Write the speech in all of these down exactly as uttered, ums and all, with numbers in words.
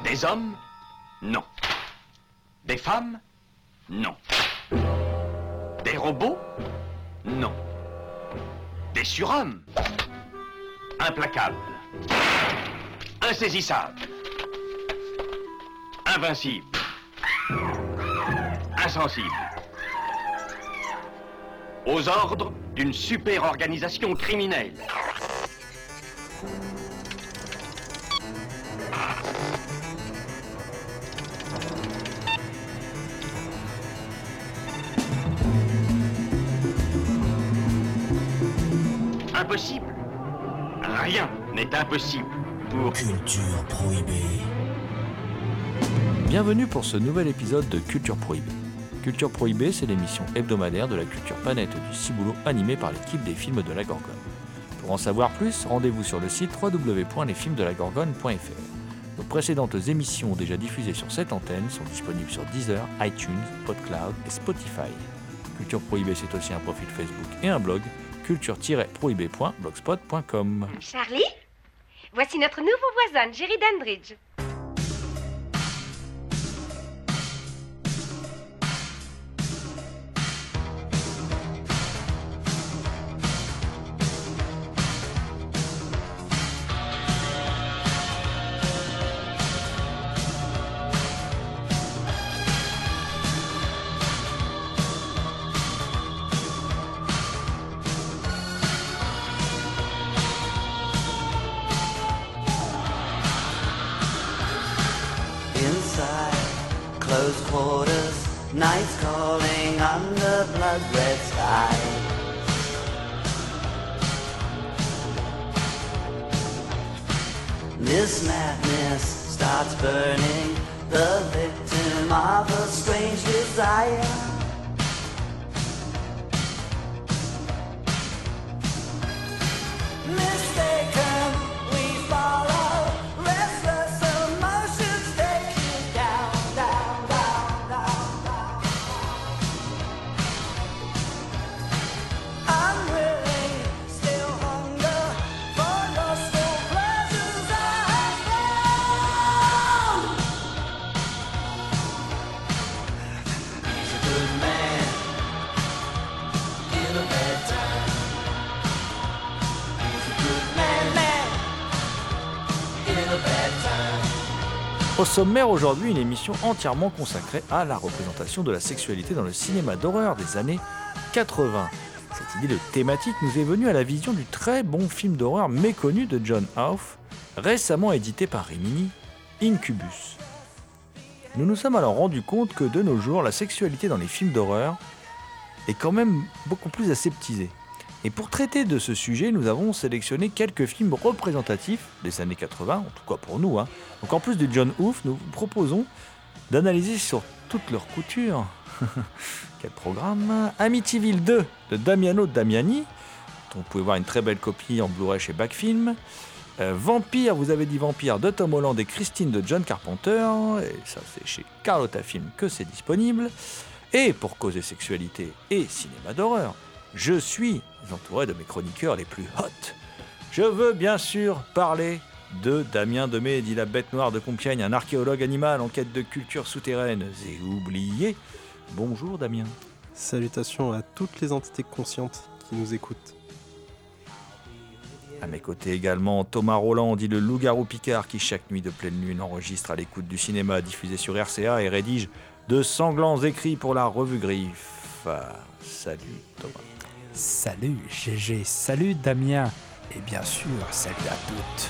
Des hommes? Non. Des femmes? Non. Des robots? Non. Des surhommes? Implacables. Insaisissables. Invincibles. Insensibles. Aux ordres d'une super organisation criminelle. Impossible. Rien n'est impossible pour... Culture Prohibée. Bienvenue pour ce nouvel épisode de Culture Prohibée. Culture Prohibée, c'est l'émission hebdomadaire de la culture planète du Ciboulot animée par l'équipe des films de la Gorgone. Pour en savoir plus, rendez-vous sur le site w w w point les films de la gorgone point f r. Nos précédentes émissions déjà diffusées sur cette antenne sont disponibles sur Deezer, iTunes, PodCloud et Spotify. Culture Prohibée, c'est aussi un profil Facebook et un blog, culture tiret prohibée point blogspot point com. Charlie, voici notre nouveau voisin, Jerry Dandridge. Close quarters, nights calling under blood red skies. This madness starts burning, the victim of a strange desire. Mistaken, we follow, restless emotions take you down. Au sommaire aujourd'hui, une émission entièrement consacrée à la représentation de la sexualité dans le cinéma d'horreur des années quatre-vingts. Cette idée de thématique nous est venue à la vision du très bon film d'horreur méconnu de John Hough, récemment édité par Rimini, Incubus. Nous nous sommes alors rendus compte que de nos jours, la sexualité dans les films d'horreur est quand même beaucoup plus aseptisée. Et pour traiter de ce sujet, nous avons sélectionné quelques films représentatifs des années quatre-vingts, en tout cas pour nous. Hein. Donc en plus de John Hough, nous vous proposons d'analyser sur toute leur couture. Quel programme! Amityville deux de Damiano Damiani, dont vous pouvez voir une très belle copie en Blu-ray chez Backfilm. Euh, Vampire, vous avez dit Vampire de Tom Holland et Christine de John Carpenter, et ça c'est chez Carlotta Film que c'est disponible. Et pour causer sexualité et cinéma d'horreur, je suis entouré de mes chroniqueurs les plus hot. Je veux bien sûr parler de Damien Demey, dit la bête noire de Compiègne, un archéologue animal en quête de cultures souterraines et oubliées. Bonjour Damien. Salutations à toutes les entités conscientes qui nous écoutent. À mes côtés également, Thomas Roland, dit le loup-garou Picard, qui chaque nuit de pleine lune enregistre à l'écoute du cinéma diffusé sur R C A et rédige de sanglants écrits pour la revue Griffe. Salut Thomas. Salut G G, salut Damien, et bien sûr, salut à toutes.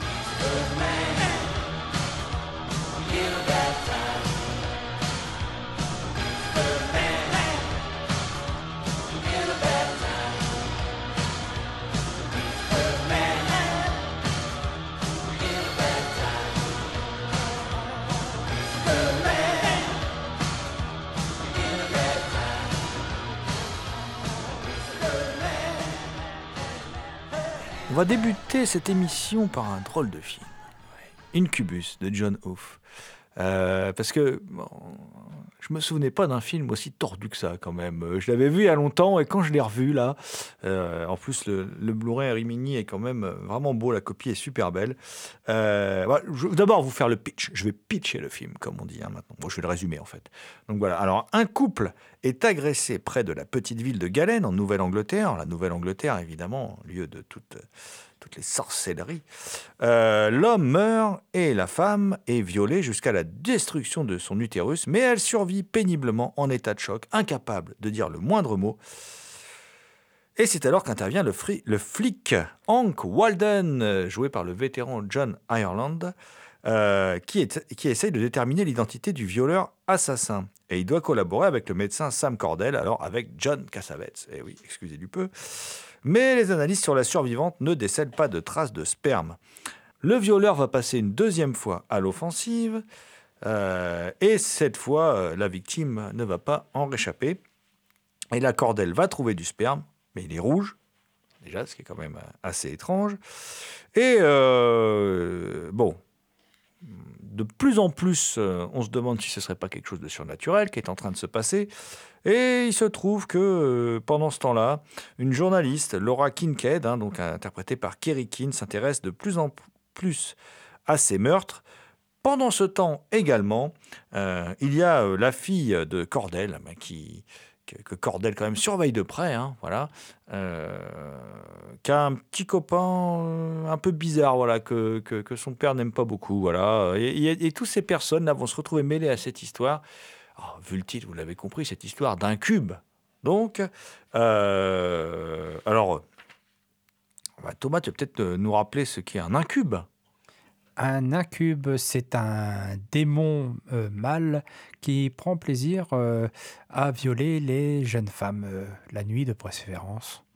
On va débuter cette émission par un drôle de film. Incubus de John Hough. Euh, parce que bon, je me souvenais pas d'un film aussi tordu que ça, quand même. Je l'avais vu il y a longtemps, et quand je l'ai revu, là, euh, en plus, le, le Blu-ray Rimini est quand même vraiment beau, la copie est super belle. Euh, voilà, je vais d'abord vous faire le pitch. Je vais pitcher le film, comme on dit hein, maintenant. Bon, je vais le résumer, en fait. Donc voilà, alors, un couple est agressé près de la petite ville de Galen, en Nouvelle-Angleterre. La Nouvelle-Angleterre, évidemment, lieu de toute... toutes les sorcelleries. Euh, l'homme meurt et la femme est violée jusqu'à la destruction de son utérus, mais elle survit péniblement en état de choc, incapable de dire le moindre mot. Et c'est alors qu'intervient le, fri- le flic Hank Walden, joué par le vétéran John Ireland, euh, qui, est, qui essaye de déterminer l'identité du violeur assassin. Et il doit collaborer avec le médecin Sam Cordell, alors avec John Cassavetes. Eh oui, excusez du peu. Mais les analyses sur la survivante ne décèlent pas de traces de sperme. Le violeur va passer une deuxième fois à l'offensive, euh, et cette fois, euh, la victime ne va pas en réchapper. Et la Cordell va trouver du sperme, mais il est rouge, déjà, ce qui est quand même assez étrange. Et euh, bon, de plus en plus, euh, on se demande si ce ne serait pas quelque chose de surnaturel qui est en train de se passer. Et il se trouve que euh, pendant ce temps-là, une journaliste, Laura Kincaid, hein, donc interprétée par Kerry Keane, s'intéresse de plus en plus à ces meurtres. Pendant ce temps également, euh, il y a euh, la fille de Cordell, bah, qui, que, que Cordell quand même surveille de près, hein, voilà, euh, qui a un petit copain euh, un peu bizarre, voilà, que, que, que son père n'aime pas beaucoup, voilà. Et, et, et toutes ces personnes là vont se retrouver mêlées à cette histoire. Oh, vu le titre, vous l'avez compris, cette histoire d'un cube. Donc, euh, alors, bah, Thomas, tu vas peut-être nous rappeler ce qu'est un incube. Un incube, c'est un démon euh, mâle qui prend plaisir euh, à violer les jeunes femmes, euh, la nuit de préférence.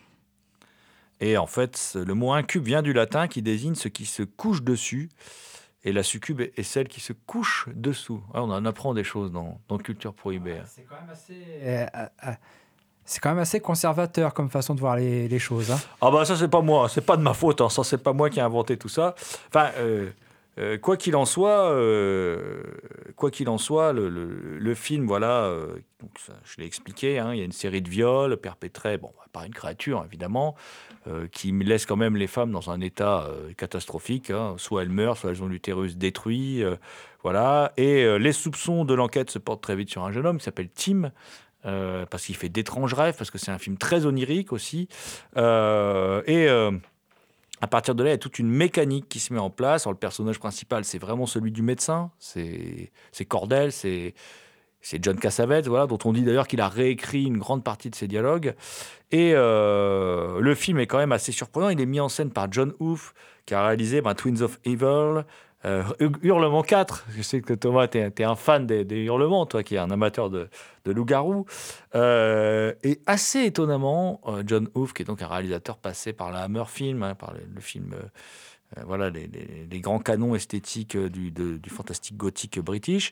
Et en fait, le mot incube vient du latin qui désigne ce qui se couche dessus. Et la succube est celle qui se couche dessous. Ah, on en apprend des choses dans, dans Culture Prohibée. Ouais, c'est quand même assez... Euh, euh, C'est quand même assez conservateur comme façon de voir les, les choses. Hein. Ah bah ça, c'est pas moi. C'est pas de ma faute. Hein. Ça, c'est pas moi qui ai inventé tout ça. Enfin, euh, euh, quoi qu'il en soit, euh, quoi qu'il en soit, le, le, le film, voilà, euh, donc ça, je l'ai expliqué, hein, il y a une série de viols perpétrés bon, par une créature, évidemment, euh, qui laisse quand même les femmes dans un état euh, catastrophique. Hein. Soit elles meurent, soit elles ont l'utérus détruit. Euh, voilà. Et euh, les soupçons de l'enquête se portent très vite sur un jeune homme qui s'appelle Tim, Euh, parce qu'il fait d'étranges rêves, parce que c'est un film très onirique aussi. Euh, et euh, à partir de là, il y a toute une mécanique qui se met en place. Alors, le personnage principal, c'est vraiment celui du médecin. C'est, c'est Cordell, c'est, c'est John Cassavetes, voilà, dont on dit d'ailleurs qu'il a réécrit une grande partie de ses dialogues. Et euh, le film est quand même assez surprenant. Il est mis en scène par John Hoof, qui a réalisé ben, Twins of Evil, Euh, Hurlement quatre, je sais que Thomas, tu es un fan des, des Hurlements, toi qui es un amateur de, de loup-garou. Euh, et assez étonnamment, euh, John Hoof, qui est donc un réalisateur passé par la Hammer Film, hein, par le, le film, euh, voilà, les, les, les grands canons esthétiques du, de, du fantastique gothique british,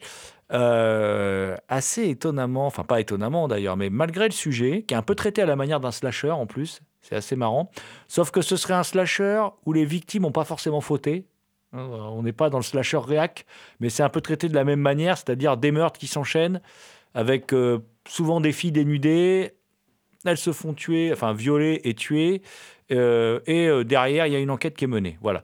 euh, assez étonnamment, enfin pas étonnamment d'ailleurs, mais malgré le sujet, qui est un peu traité à la manière d'un slasher en plus, c'est assez marrant, sauf que ce serait un slasher où les victimes n'ont pas forcément fauté. On n'est pas dans le slasher réac, mais c'est un peu traité de la même manière, c'est-à-dire des meurtres qui s'enchaînent avec euh, souvent des filles dénudées. Elles se font tuer, enfin violer et tuer. Euh, et euh, derrière, il y a une enquête qui est menée. Voilà.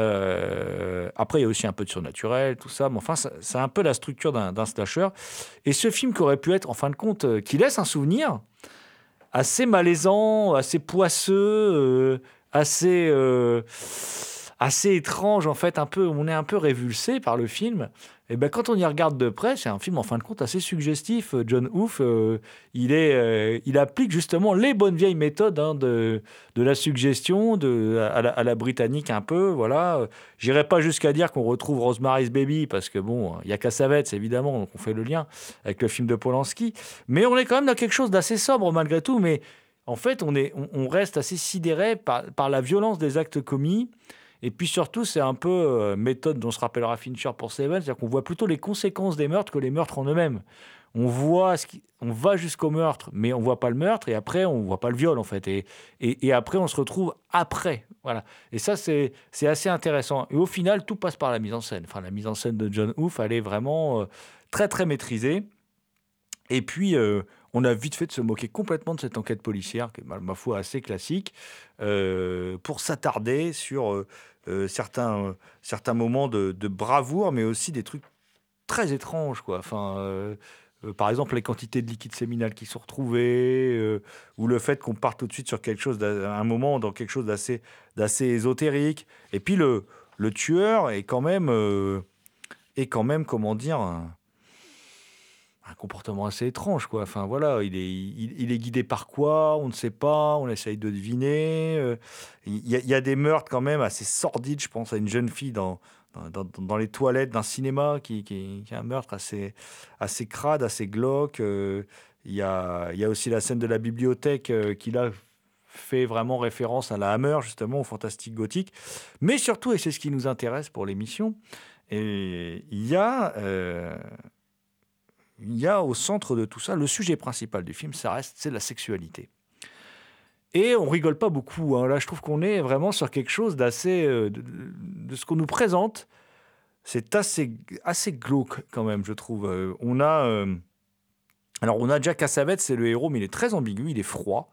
Euh, après, il y a aussi un peu de surnaturel, tout ça. Mais enfin, ça, c'est un peu la structure d'un, d'un slasher. Et ce film qui aurait pu être, en fin de compte, euh, qui laisse un souvenir assez malaisant, assez poisseux, euh, assez... Euh, assez étrange, en fait, un peu, on est un peu révulsé par le film. Et ben, quand on y regarde de près, c'est un film, en fin de compte, assez suggestif. John Hoof, euh, il, est, euh, il applique justement les bonnes vieilles méthodes hein, de, de la suggestion, de, à, la, à la britannique un peu, voilà. J'irai pas jusqu'à dire qu'on retrouve Rosemary's Baby, parce que bon, il y a Cassavetes, évidemment, donc on fait le lien avec le film de Polanski. Mais on est quand même dans quelque chose d'assez sobre, malgré tout. Mais en fait, on, est, on, on reste assez sidéré par, par la violence des actes commis. Et puis surtout, c'est un peu euh, méthode dont se rappellera Fincher pour Seven, c'est-à-dire qu'on voit plutôt les conséquences des meurtres que les meurtres en eux-mêmes. on voit ce qui, on va jusqu'au meurtre, mais on voit pas le meurtre, et après on voit pas le viol en fait, et, et, et après on se retrouve après, voilà. Et ça c'est, c'est assez intéressant. Et au final tout passe par la mise en scène. Enfin la mise en scène de John Woo, elle est vraiment euh, très très maîtrisée. Et puis euh, on a vite fait de se moquer complètement de cette enquête policière, qui est ma, ma foi assez classique, euh, pour s'attarder sur euh, euh, certains euh, certains moments de, de bravoure, mais aussi des trucs très étranges, quoi. Enfin. Euh, Euh, par exemple, les quantités de liquide séminal qui sont retrouvées, euh, ou le fait qu'on parte tout de suite sur quelque chose, à un moment, dans quelque chose d'assez, d'assez ésotérique. Et puis le, le tueur est quand même, euh, est quand même, comment dire, un, un comportement assez étrange, quoi. Enfin voilà, il est, il, il est guidé par quoi? On ne sait pas. On essaye de deviner. Euh, Il y, a- il y a des meurtres quand même assez sordides. Je pense à une jeune fille dans dans, dans- dans les toilettes d'un cinéma qui, qui, qui a un meurtre assez, assez crade, assez glauque. Euh, Il y a, il y a aussi la scène de la bibliothèque euh, qui là fait vraiment référence à la Hammer, justement, au fantastique gothique. Mais surtout, et c'est ce qui nous intéresse pour l'émission, et il y a, euh, il y a au centre de tout ça, le sujet principal du film, ça reste, c'est la sexualité. Et on rigole pas beaucoup, hein. Là, je trouve qu'on est vraiment sur quelque chose d'assez... euh, de, de ce qu'on nous présente, c'est assez, assez glauque quand même, je trouve. Euh, on a... euh, alors, on a Jack Cassavetes, c'est le héros, mais il est très ambigu, il est froid.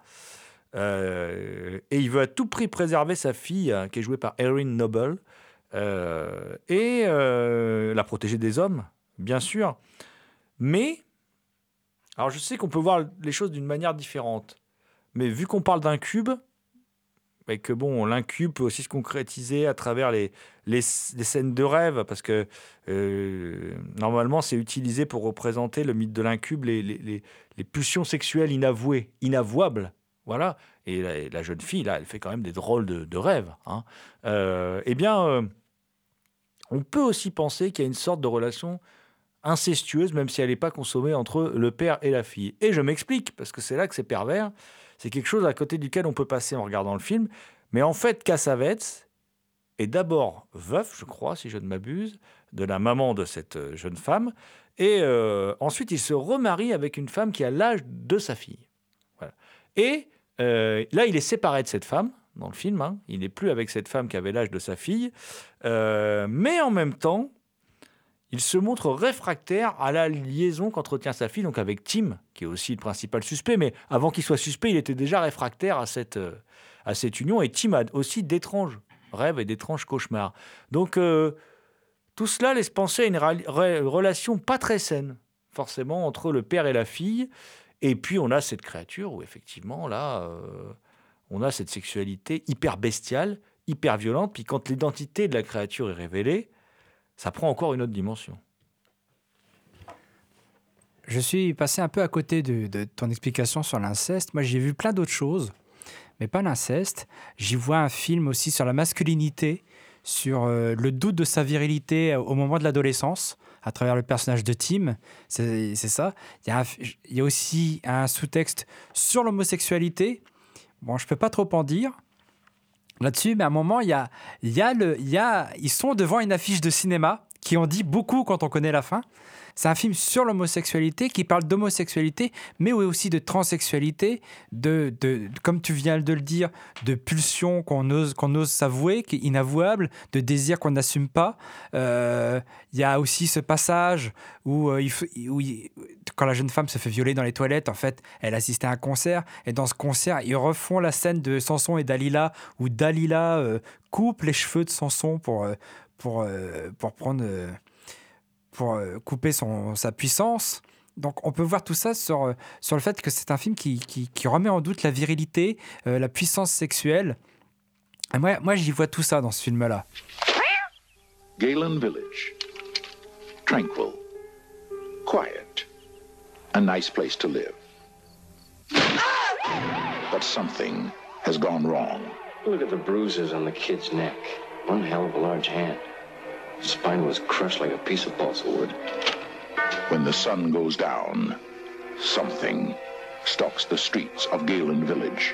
Euh, et il veut à tout prix préserver sa fille, hein, qui est jouée par Erin Noble, euh, et euh, la protéger des hommes, bien sûr. Mais, alors je sais qu'on peut voir les choses d'une manière différente. Mais vu qu'on parle d'un cube, et que bon, l'incube peut aussi se concrétiser à travers les, les, les scènes de rêve, parce que euh, normalement, c'est utilisé pour représenter le mythe de l'incube, les, les, les, les pulsions sexuelles inavouées, inavouables. Voilà. Et la, la jeune fille, là, elle fait quand même des drôles de, de rêves. Hein. Euh, eh bien, euh, on peut aussi penser qu'il y a une sorte de relation incestueuse, même si elle n'est pas consommée entre le père et la fille. Et je m'explique, parce que c'est là que c'est pervers. C'est quelque chose à côté duquel on peut passer en regardant le film. Mais en fait, Cassavetes est d'abord veuf, je crois, si je ne m'abuse, de la maman de cette jeune femme. Et euh, ensuite, il se remarie avec une femme qui a l'âge de sa fille. Voilà. Et euh, là, il est séparé de cette femme, dans le film. Hein. Il n'est plus avec cette femme qui avait l'âge de sa fille. Euh, mais en même temps, il se montre réfractaire à la liaison qu'entretient sa fille, donc avec Tim, qui est aussi le principal suspect. Mais avant qu'il soit suspect, il était déjà réfractaire à cette, euh, à cette union. Et Tim a aussi d'étranges rêves et d'étranges cauchemars. Donc, euh, tout cela laisse penser à une ra- ra- relation pas très saine, forcément, entre le père et la fille. Et puis, on a cette créature où, effectivement, là, euh, on a cette sexualité hyper bestiale, hyper violente. Puis, quand l'identité de la créature est révélée, ça prend encore une autre dimension. Je suis passé un peu à côté de, de ton explication sur l'inceste. Moi, j'ai vu plein d'autres choses, mais pas l'inceste. J'y vois un film aussi sur la masculinité, sur euh, le doute de sa virilité au moment de l'adolescence, à travers le personnage de Tim. C'est, c'est ça. Il y a, un, il y a aussi un sous-texte sur l'homosexualité. Bon, je ne peux pas trop en dire là-dessus, mais à un moment, il y a, il y a le, il y a, ils sont devant une affiche de cinéma qui en dit beaucoup quand on connaît la fin. C'est un film sur l'homosexualité qui parle d'homosexualité, mais aussi de transsexualité, de, de, comme tu viens de le dire, de pulsions qu'on ose, qu'on ose s'avouer, qui est inavouable, de désirs qu'on n'assume pas. Euh, il y a aussi ce passage où, euh, il, où il, quand la jeune femme se fait violer dans les toilettes, en fait, elle assistait à un concert, et dans ce concert, ils refont la scène de Samson et Dalila, où Dalila euh, coupe les cheveux de Samson pour, euh, pour, euh, pour prendre... Euh, pour euh, couper son, sa puissance. Donc on peut voir tout ça sur, euh, sur le fait que c'est un film qui, qui, qui remet en doute la virilité, euh, la puissance sexuelle. Et moi, moi, j'y vois tout ça dans ce film-là. Galen Village. Tranquil. Quiet. A nice place to live. But something has gone wrong. Look at the bruises on the kid's neck. One hell of a large hand. His spine was crushed like a piece of balsa wood. When the sun goes down, something stalks the streets of Galen Village.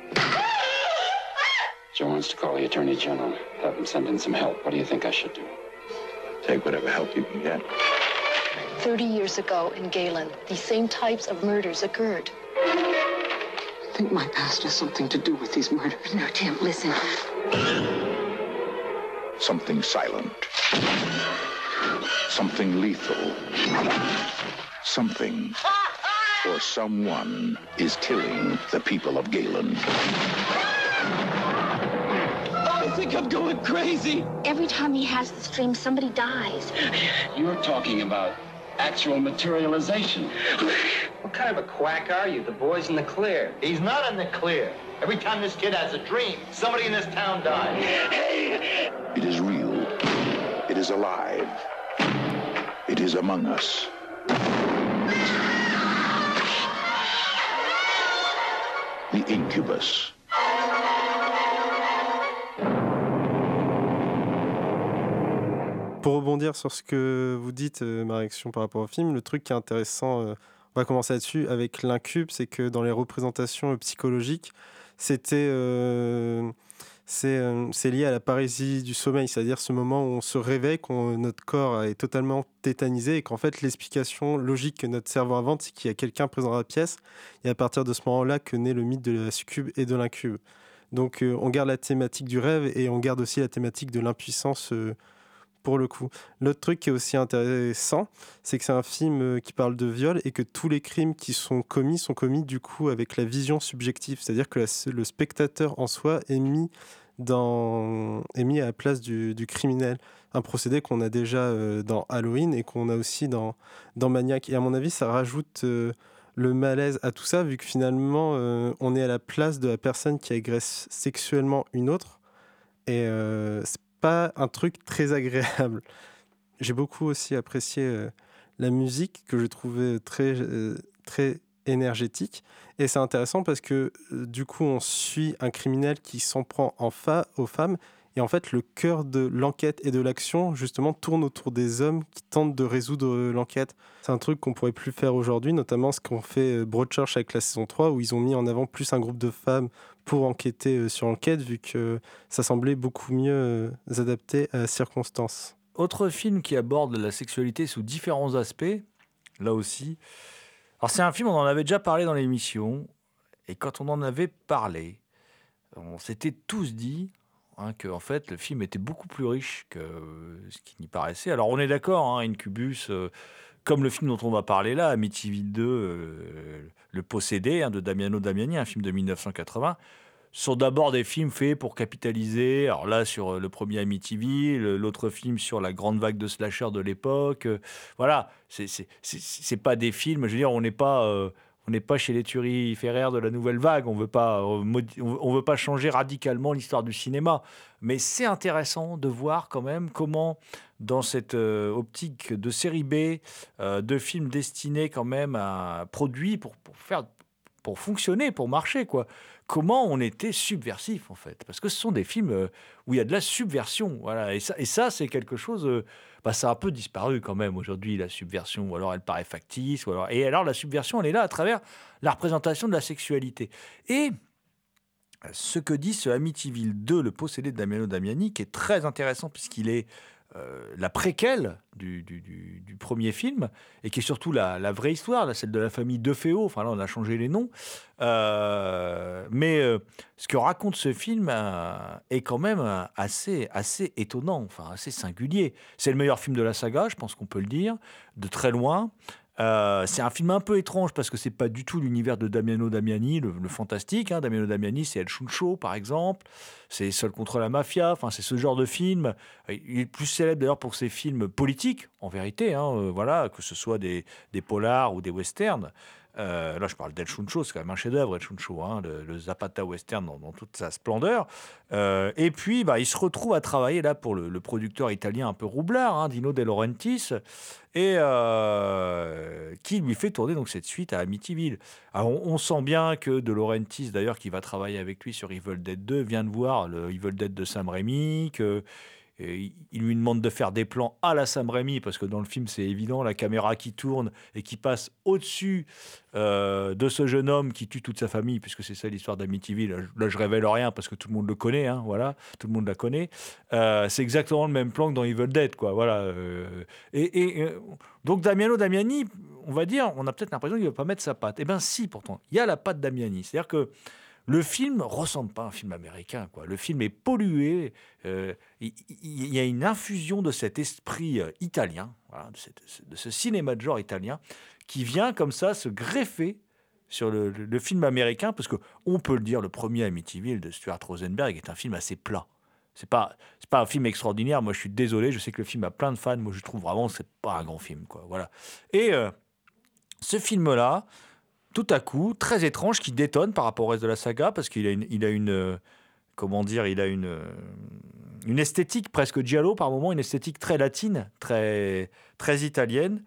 Joe wants to call the Attorney General. Have him send in some help. What do you think I should do? Take whatever help you can get. thirty years ago in Galen, these same types of murders occurred. I think my past has something to do with these murders. No, Tim, listen. Something silent. Something lethal. Something or someone is killing the people of Galen. I think I'm going crazy. Every time he has this dream, somebody dies. You're talking about actual materialization. What kind of a quack are you? The boy's in the clear. He's not in the clear. Every time this kid has a dream, somebody in this town dies. It is real. It is alive. It is among us. The Incubus. Pour rebondir sur ce que vous dites, euh, ma réaction par rapport au film, le truc qui est intéressant, euh, on va commencer là-dessus, avec l'incube, c'est que dans les représentations euh, psychologiques, c'était, euh, c'est, euh, c'est lié à la paralysie du sommeil, c'est-à-dire ce moment où on se réveille, qu'on, notre corps est totalement tétanisé et qu'en fait l'explication logique que notre cerveau invente, c'est qu'il y a quelqu'un présent dans la pièce, et à partir de ce moment-là que naît le mythe de la succube et de l'incube. Donc euh, on garde la thématique du rêve et on garde aussi la thématique de l'impuissance euh, pour le coup. L'autre truc qui est aussi intéressant, c'est que c'est un film qui parle de viol et que tous les crimes qui sont commis sont commis du coup avec la vision subjective, c'est-à-dire que la, le spectateur en soi est mis, dans, est mis à la place du, du criminel. Un procédé qu'on a déjà euh, dans Halloween et qu'on a aussi dans, dans Maniac. Et à mon avis, ça rajoute euh, le malaise à tout ça, vu que finalement, euh, on est à la place de la personne qui agresse sexuellement une autre. Et euh, c'est pas un truc très agréable. J'ai beaucoup aussi apprécié euh, la musique que je trouvais très, euh, très énergétique. Et c'est intéressant parce que euh, du coup, on suit un criminel qui s'en prend en fa- aux femmes. Et en fait, le cœur de l'enquête et de l'action, justement, tourne autour des hommes qui tentent de résoudre euh, l'enquête. C'est un truc qu'on pourrait plus faire aujourd'hui, notamment ce qu'ont fait euh, Broadchurch avec la saison trois, où ils ont mis en avant plus un groupe de femmes pour enquêter euh, sur l'enquête, vu que euh, ça semblait beaucoup mieux euh, adapté à la circonstance. Autre film qui aborde la sexualité sous différents aspects, là aussi. Alors c'est un film, on en avait déjà parlé dans l'émission, et quand on en avait parlé, on s'était tous dit hein, que en fait, le film était beaucoup plus riche que ce qui n'y paraissait. Alors on est d'accord, hein, Incubus, euh, comme le film dont on va parler là, Amityville deux, euh, Le Possédé, hein, de Damiano Damiani, un film de dix-neuf cent quatre-vingts, sont d'abord des films faits pour capitaliser. Alors là, sur le premier Amityville, l'autre film sur la grande vague de slasher de l'époque. Euh, voilà, c'est, c'est, c'est, c'est pas des films, je veux dire, on n'est pas... Euh, on n'est pas chez les turiféraires de la nouvelle vague, on veut pas, on veut pas changer radicalement l'histoire du cinéma. Mais c'est intéressant de voir quand même comment, dans cette euh, optique de série B, euh, de films destinés quand même à produits pour, pour faire, pour fonctionner, pour marcher, quoi. Comment on était subversif en fait, parce que ce sont des films euh, où il y a de la subversion, voilà. Et ça, et ça c'est quelque chose. Euh, Bah, ça a un peu disparu quand même aujourd'hui, la subversion, ou alors elle paraît factice, ou alors... et alors la subversion, elle est là à travers la représentation de la sexualité. Et ce que dit ce Amityville deux, Le Possédé de Damiano Damiani, qui est très intéressant puisqu'il est euh, la préquelle du, du, du, du premier film, et qui est surtout la, la vraie histoire, là, celle de la famille Defeo, enfin là on a changé les noms, euh, mais euh, ce que raconte ce film euh, est quand même euh, assez, assez étonnant, enfin assez singulier. C'est le meilleur film de la saga, je pense qu'on peut le dire, de très loin. Euh, c'est un film un peu étrange parce que c'est pas du tout l'univers de Damiano Damiani, le, le fantastique. Hein. Damiano Damiani, c'est El Chuncho, par exemple. C'est Seul contre la mafia. Enfin, c'est ce genre de film. Il est plus célèbre d'ailleurs pour ses films politiques, en vérité. Hein, euh, voilà, que ce soit des, des polars ou des westerns. Euh, là, je parle d'El Chuncho, c'est quand même un chef-d'œuvre, El Chuncho, hein, le, le Zapata western dans, dans toute sa splendeur. Euh, et puis, bah, il se retrouve à travailler là pour le, le producteur italien un peu roublard, hein, Dino De Laurentiis, et euh, qui lui fait tourner donc cette suite à Amityville. Alors, on, on sent bien que De Laurentiis, d'ailleurs, qui va travailler avec lui sur Evil Dead deux, vient de voir le Evil Dead de Sam Raimi, que et il lui demande de faire des plans à la Sam Raimi, parce que dans le film, c'est évident, la caméra qui tourne et qui passe au-dessus euh, de ce jeune homme qui tue toute sa famille, puisque c'est ça l'histoire d'Amityville. Là, là, je révèle rien, parce que tout le monde le connaît, hein, voilà, tout le monde la connaît. Euh, c'est exactement le même plan que dans Evil Dead, quoi, voilà. Euh, et, et euh, donc Damiano Damiani, on va dire, on a peut-être l'impression qu'il ne va pas mettre sa patte. Eh bien si, pourtant, il y a la patte Damiani. C'est-à-dire que le film ressemble pas à un film américain, quoi. Le film est pollué. Euh, il, il y a une infusion de cet esprit euh, italien, voilà, de, cette, de ce cinéma de genre italien, qui vient comme ça se greffer sur le, le, le film américain, parce que on peut le dire, le premier Amityville de Stuart Rosenberg est un film assez plat. C'est pas, c'est pas un film extraordinaire. Moi, je suis désolé. Je sais que le film a plein de fans. Moi, je trouve vraiment que c'est pas un grand film, quoi. Voilà. Et euh, ce film-là, tout à coup, très étrange, qui détonne par rapport au reste de la saga, parce qu'il a une, il a une euh, comment dire, il a une, euh, une esthétique presque giallo par moment, une esthétique très latine, très, très italienne.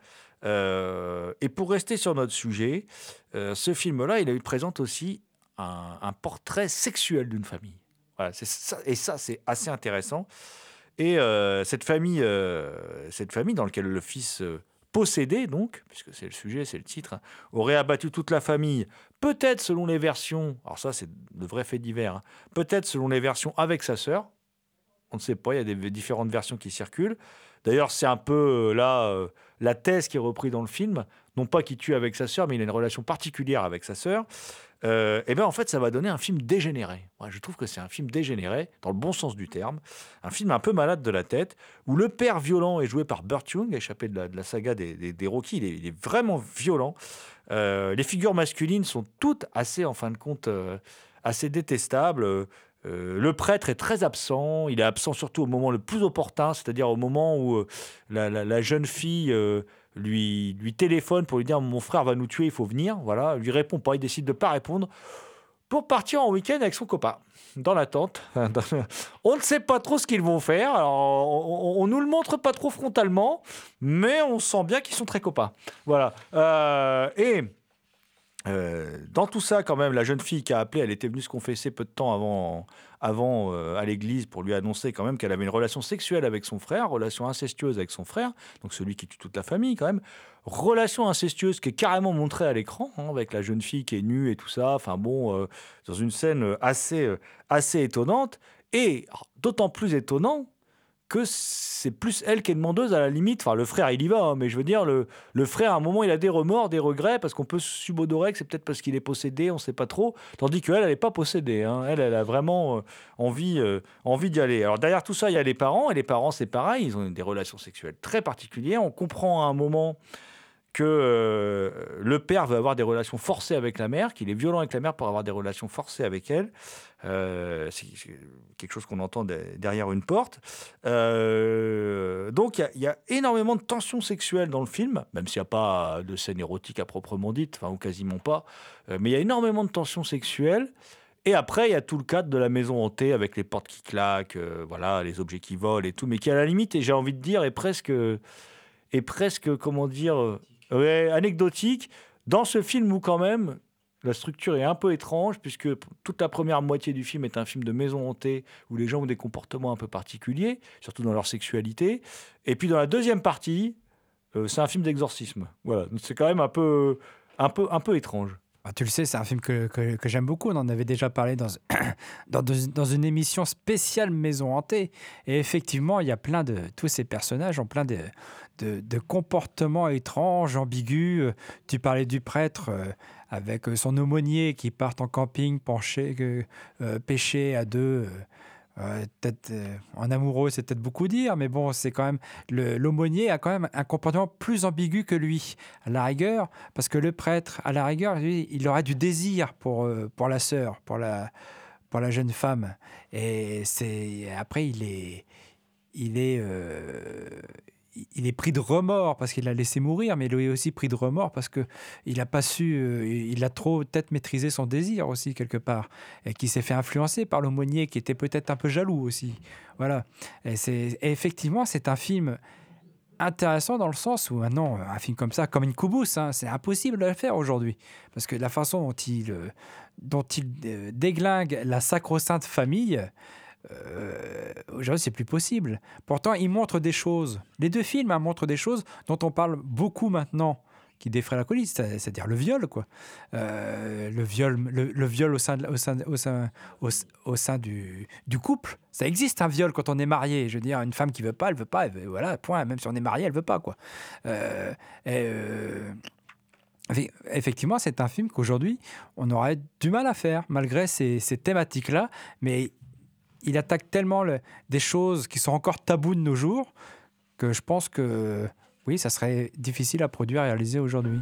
Euh, et pour rester sur notre sujet, euh, ce film-là, il a eu présente aussi un, un portrait sexuel d'une famille. Voilà, c'est ça, et ça, c'est assez intéressant. Et euh, cette famille, euh, cette famille dans laquelle le fils euh, possédé, donc, puisque c'est le sujet, c'est le titre, aurait abattu toute la famille, peut-être selon les versions, alors ça c'est le vrai fait divers, hein, peut-être selon les versions avec sa sœur, on ne sait pas, il y a des différentes versions qui circulent. D'ailleurs, c'est un peu euh, là euh, la thèse qui est reprise dans le film, non pas qu'il tue avec sa sœur, mais il a une relation particulière avec sa sœur. Euh, et bien en fait, ça va donner un film dégénéré. Moi, je trouve que c'est un film dégénéré, dans le bon sens du terme, un film un peu malade de la tête, où le père violent est joué par Burt Young, échappé de la, de la saga des, des, des Rocky, il est, il est vraiment violent. Euh, les figures masculines sont toutes assez, en fin de compte, euh, assez détestables. Euh, le prêtre est très absent, il est absent surtout au moment le plus opportun, c'est-à-dire au moment où euh, la, la, la jeune fille... Euh, Lui, lui téléphone pour lui dire mon frère va nous tuer, il faut venir. Voilà, il lui répond pas, il décide de pas répondre pour partir en week-end avec son copain dans la tente. On ne sait pas trop ce qu'ils vont faire. Alors, on, on, on nous le montre pas trop frontalement, mais on sent bien qu'ils sont très copains. Voilà. Euh, et euh, dans tout ça, quand même, la jeune fille qui a appelé, elle était venue se confesser peu de temps avant. avant euh, à l'église pour lui annoncer quand même qu'elle avait une relation sexuelle avec son frère, relation incestueuse avec son frère, donc celui qui tue toute la famille quand même, relation incestueuse qui est carrément montrée à l'écran, hein, avec la jeune fille qui est nue et tout ça, enfin bon, euh, dans une scène assez, euh, assez étonnante, et alors, d'autant plus étonnant que c'est plus elle qui est demandeuse à la limite. Enfin, le frère, il y va, hein, mais je veux dire, le, le frère, à un moment, il a des remords, des regrets, parce qu'on peut subodorer que c'est peut-être parce qu'il est possédé, on ne sait pas trop. Tandis qu'elle, elle n'est pas possédée. Hein. Elle, elle a vraiment euh, envie, euh, envie d'y aller. Alors, derrière tout ça, il y a les parents, et les parents, c'est pareil, ils ont des relations sexuelles très particulières. On comprend à un moment que euh, le père veut avoir des relations forcées avec la mère, qu'il est violent avec la mère pour avoir des relations forcées avec elle. Euh, c'est quelque chose qu'on entend de, derrière une porte. Euh, donc, il y, y a énormément de tensions sexuelles dans le film, même s'il n'y a pas de scène érotique à proprement dite, enfin, ou quasiment pas. Euh, mais il y a énormément de tensions sexuelles. Et après, il y a tout le cadre de la maison hantée avec les portes qui claquent, euh, voilà, les objets qui volent et tout, mais qui, à la limite, et j'ai envie de dire, est presque, est presque comment dire, euh, ouais, anecdotique dans ce film où, quand même, la structure est un peu étrange, puisque toute la première moitié du film est un film de maison hantée, où les gens ont des comportements un peu particuliers, surtout dans leur sexualité. Et puis dans la deuxième partie, euh, c'est un film d'exorcisme. Voilà, donc c'est quand même un peu, un peu, un peu étrange. Ah, tu le sais, c'est un film que, que, que j'aime beaucoup. On en avait déjà parlé dans, dans, dans une émission spéciale Maison hantée. Et effectivement, il y a plein de... Tous ces personnages ont plein de, de, de comportements étranges, ambigus. Tu parlais du prêtre euh, avec son aumônier qui part en camping, penché, euh, pêcher à deux... Euh, Euh, peut-être euh, en amoureux, c'est peut-être beaucoup dire, mais bon, c'est quand même le, l'aumônier a quand même un comportement plus ambigu que lui, à la rigueur, parce que le prêtre, à la rigueur, lui, il aurait du désir pour euh, pour la sœur, pour la pour la jeune femme, et c'est après il est il est euh, il est pris de remords parce qu'il l'a laissé mourir, mais il est aussi pris de remords parce que il a pas su, euh, il a trop peut-être maîtrisé son désir aussi quelque part, et qui s'est fait influencer par l'aumônier qui était peut-être un peu jaloux aussi. Voilà. Et, c'est, et effectivement, c'est un film intéressant dans le sens où maintenant, un film comme ça, comme Incubus, hein, c'est impossible de le faire aujourd'hui parce que la façon dont il, dont il déglingue la sacro-sainte famille. Euh, aujourd'hui, c'est plus possible. Pourtant, ils montrent des choses. Les deux films hein, montrent des choses dont on parle beaucoup maintenant, qui défraient la colline, c'est- c'est-à-dire le viol, quoi. Euh, le viol, le, le viol au sein, de- au sein, au sein, au, au sein du, du couple. Ça existe un viol quand on est marié. Je veux dire, une femme qui veut pas, elle veut pas. Elle veut- voilà, point. Même si on est marié, elle veut pas, quoi. Euh, et, euh, Effe- Effectivement, c'est un film qu'aujourd'hui, on aurait du mal à faire, malgré ces, ces thématiques-là. Mais il attaque tellement le- des choses qui sont encore taboues de nos jours que je pense que, oui, ça serait difficile à produire et à réaliser aujourd'hui.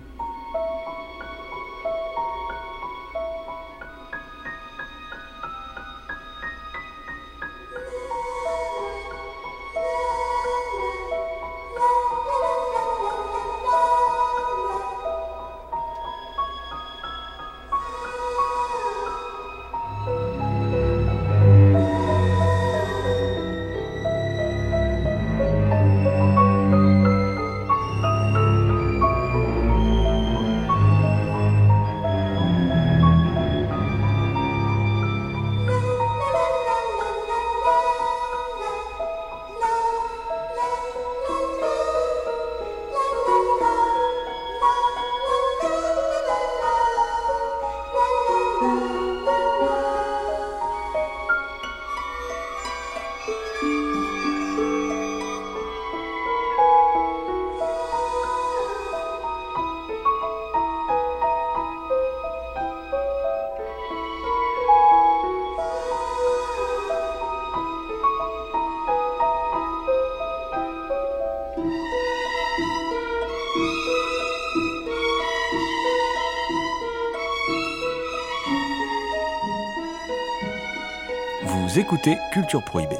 Vous écoutez Culture Prohibée.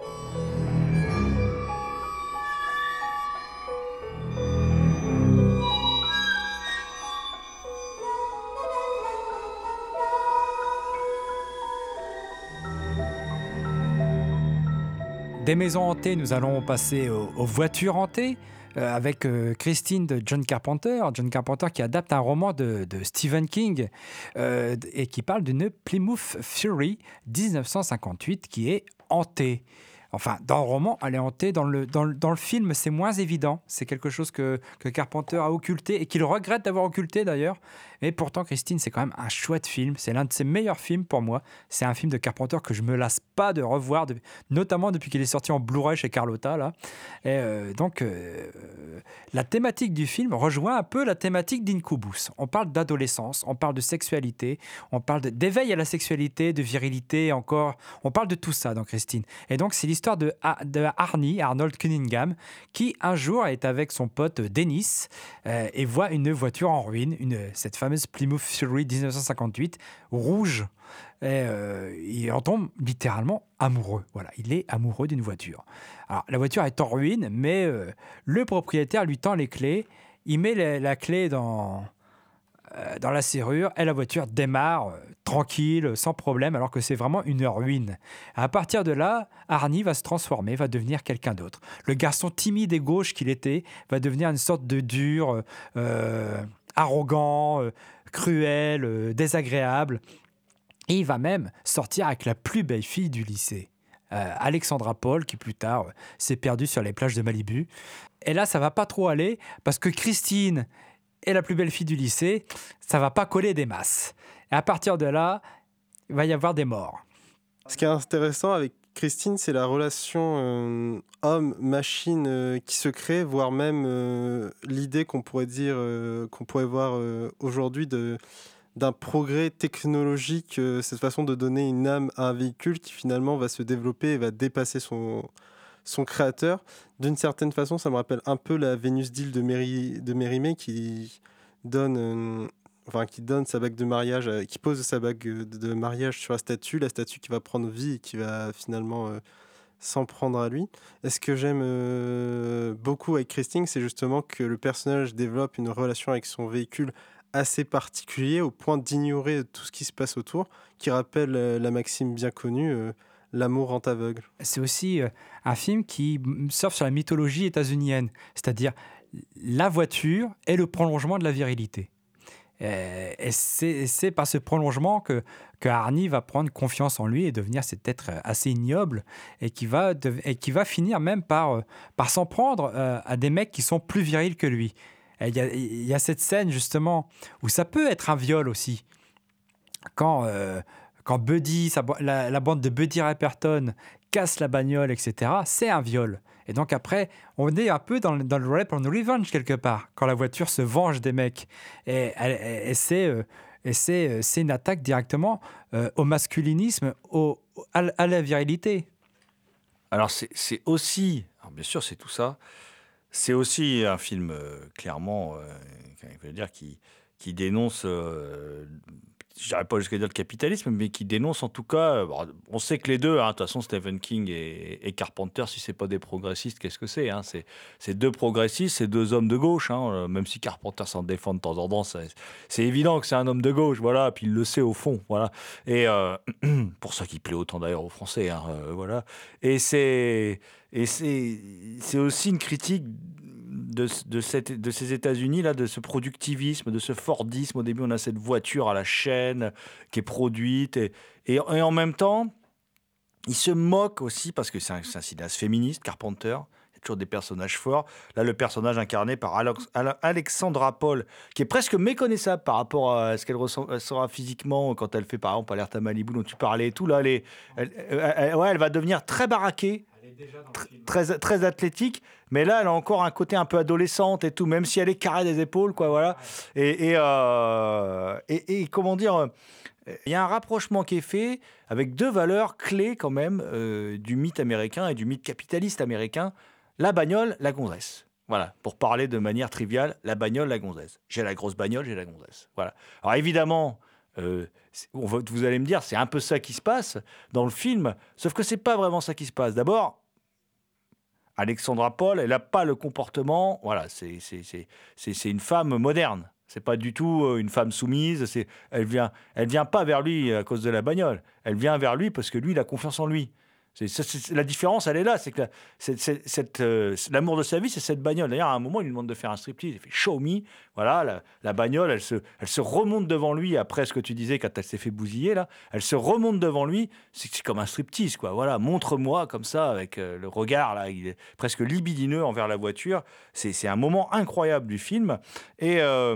Des maisons hantées, nous allons passer aux, aux voitures hantées euh, avec euh, Christine de John Carpenter. John Carpenter qui adapte un roman de, de Stephen King euh, et qui parle d'une Plymouth Fury dix-neuf cent cinquante-huit qui est hantée. Enfin, dans le roman, elle est hantée. Dans le, dans le, dans le film, c'est moins évident. C'est quelque chose que, que Carpenter a occulté et qu'il regrette d'avoir occulté d'ailleurs. Et pourtant, Christine, c'est quand même un chouette film. C'est l'un de ses meilleurs films pour moi. C'est un film de Carpenter que je me lasse pas de revoir, de, notamment depuis qu'il est sorti en Blu-ray chez Carlotta. Là. Et euh, donc, euh, la thématique du film rejoint un peu la thématique d'Incubus. On parle d'adolescence, on parle de sexualité, on parle de, d'éveil à la sexualité, de virilité encore. On parle de tout ça dans Christine. Et donc, c'est l'histoire de, de Arnie, Arnold Cunningham, qui un jour est avec son pote Dennis euh, et voit une voiture en ruine, une, cette fameuse Plymouth Fury dix-neuf cent cinquante-huit, rouge. Et euh, il en tombe littéralement amoureux. Voilà, il est amoureux d'une voiture. Alors, la voiture est en ruine, mais euh, le propriétaire lui tend les clés. Il met la, la clé dans, euh, dans la serrure et la voiture démarre euh, tranquille, sans problème, alors que c'est vraiment une ruine. À partir de là, Arnie va se transformer, va devenir quelqu'un d'autre. Le garçon timide et gauche qu'il était va devenir une sorte de dur, euh, arrogant, euh, cruel, euh, désagréable. Et il va même sortir avec la plus belle fille du lycée, euh, Alexandra Paul, qui plus tard euh, s'est perdue sur les plages de Malibu. Et là, ça va pas trop aller, parce que Christine est la plus belle fille du lycée, ça va pas coller des masses. Et à partir de là, il va y avoir des morts. Ce qui est intéressant avec Christine, c'est la relation euh, homme-machine euh, qui se crée, voire même euh, l'idée qu'on pourrait dire, euh, qu'on pourrait voir euh, aujourd'hui de, d'un progrès technologique, euh, cette façon de donner une âme à un véhicule qui finalement va se développer et va dépasser son, son créateur. D'une certaine façon, ça me rappelle un peu la Vénus d'île de, Méri, de Mérimée qui donne... Euh, Enfin, qui donne sa bague de mariage, euh, qui pose sa bague de, de mariage sur la statue, la statue qui va prendre vie et qui va finalement euh, s'en prendre à lui. Et ce que j'aime euh, beaucoup avec Christine, c'est justement que le personnage développe une relation avec son véhicule assez particulier, au point d'ignorer tout ce qui se passe autour, qui rappelle euh, la maxime bien connue, euh, l'amour rend aveugle. C'est aussi euh, un film qui surfe sur la mythologie états-unienne, c'est-à-dire la voiture est le prolongement de la virilité. Et, et c'est, et c'est par ce prolongement que, que Arnie va prendre confiance en lui et devenir cet être assez ignoble et qui va, de, et qui va finir même par, par s'en prendre euh, à des mecs qui sont plus virils que lui. Il y a, il y a cette scène justement où ça peut être un viol aussi. Quand, euh, quand Buddy, sa, la, la bande de Buddy Rapperton casse la bagnole, et cetera, c'est un viol. Et donc après, on est un peu dans le, dans le rape on revenge quelque part, quand la voiture se venge des mecs. Et, et, et, c'est, euh, et c'est, c'est une attaque directement euh, au masculinisme, au, à, à la virilité. Alors c'est, c'est aussi, alors bien sûr c'est tout ça, c'est aussi un film euh, clairement, euh, il veut dire, qui, qui dénonce... Euh, je dirais pas jusqu'à dire le capitalisme, mais qui dénonce en tout cas. Bon, on sait que les deux, hein, de toute façon, Stephen King et, et Carpenter, si c'est pas des progressistes, qu'est-ce que c'est, hein, c'est, c'est deux progressistes, c'est deux hommes de gauche, hein, même si Carpenter s'en défend de temps en temps, c'est, c'est évident que c'est un homme de gauche, voilà, puis il le sait au fond, voilà. Et euh, pour ça qu'il plaît autant d'ailleurs aux Français, hein, euh, voilà. Et c'est et c'est c'est aussi une critique de, de, cette, de ces États-Unis, là, de ce productivisme, de ce Fordisme. Au début, on a cette voiture à la chaîne qui est produite. Et, et, et en même temps, il se moque aussi, parce que c'est un, c'est un cinéaste féministe, Carpenter. Il y a toujours des personnages forts. Là, le personnage incarné par Alex, Alexandra Paul, qui est presque méconnaissable par rapport à ce qu'elle ressort physiquement quand elle fait, par exemple, Alerte à Malibu, dont tu parlais et tout. Là, elle, est, elle, elle, elle, ouais, elle va devenir très baraquée. Très, très athlétique, mais là elle a encore un côté un peu adolescente et tout, même si elle est carrée des épaules, quoi, voilà. Et, et, euh, et, et comment dire, il y a un rapprochement qui est fait avec deux valeurs clés quand même euh, du mythe américain et du mythe capitaliste américain: la bagnole, la gonzesse. Voilà, pour parler de manière triviale, la bagnole, la gonzesse. J'ai la grosse bagnole, j'ai la gonzesse. Voilà. Alors évidemment. Euh, on va, vous allez me dire, c'est un peu ça qui se passe dans le film, sauf que c'est pas vraiment ça qui se passe. D'abord, Alexandra Paul, elle n'a pas le comportement, voilà, c'est, c'est, c'est, c'est, c'est une femme moderne. C'est pas du tout une femme soumise. C'est, elle vient, elle vient pas vers lui à cause de la bagnole. Elle vient vers lui parce que lui, il a confiance en lui. C'est, c'est, c'est, la différence, elle est là. C'est que la, c'est, c'est, cette, euh, l'amour de sa vie, c'est cette bagnole. D'ailleurs, à un moment, il lui demande de faire un striptease. Il fait show me. Voilà, la, la bagnole, elle se, elle se remonte devant lui après ce que tu disais quand elle s'est fait bousiller là. Elle se remonte devant lui. C'est, c'est comme un striptease, quoi. Voilà, montre-moi comme ça avec euh, le regard là, il est presque libidineux envers la voiture. C'est, c'est un moment incroyable du film. Et euh,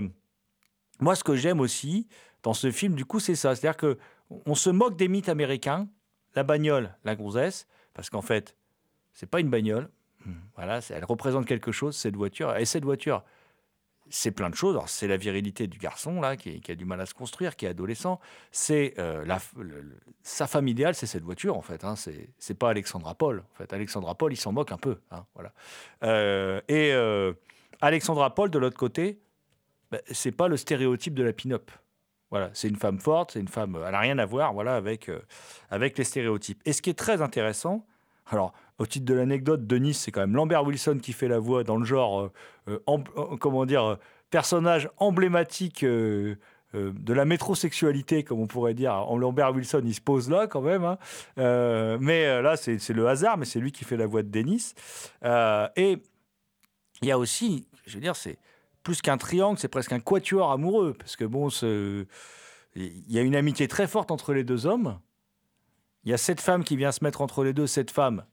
moi, ce que j'aime aussi dans ce film, du coup, c'est ça. C'est-à-dire que on se moque des mythes américains. La bagnole, la gonzesse, parce qu'en fait, c'est pas une bagnole. Voilà, elle représente quelque chose, cette voiture. Et cette voiture, c'est plein de choses. Alors, c'est la virilité du garçon, là, qui, qui a du mal à se construire, qui est adolescent. C'est euh, la, le, le, sa femme idéale, c'est cette voiture, en fait. Hein. C'est, c'est pas Alexandra Paul. En fait, Alexandra Paul, il s'en moque un peu. Hein, voilà. Euh, et euh, Alexandra Paul, de l'autre côté, bah, c'est pas le stéréotype de la pin-up. Voilà, c'est une femme forte, c'est une femme, elle n'a rien à voir, voilà, avec, euh, avec les stéréotypes. Et ce qui est très intéressant, alors, au titre de l'anecdote, Denis, c'est quand même Lambert Wilson qui fait la voix dans le genre, euh, euh, em, euh, comment dire, euh, personnage emblématique euh, euh, de la métrosexualité, comme on pourrait dire. En Lambert Wilson, il se pose là quand même, hein. euh, mais euh, là, c'est, c'est le hasard, mais c'est lui qui fait la voix de Denis. Euh, et il y a aussi, je veux dire, c'est plus qu'un triangle, c'est presque un quatuor amoureux, parce que bon, il y a une amitié très forte entre les deux hommes. Il y a cette femme qui vient se mettre entre les deux. Cette femme,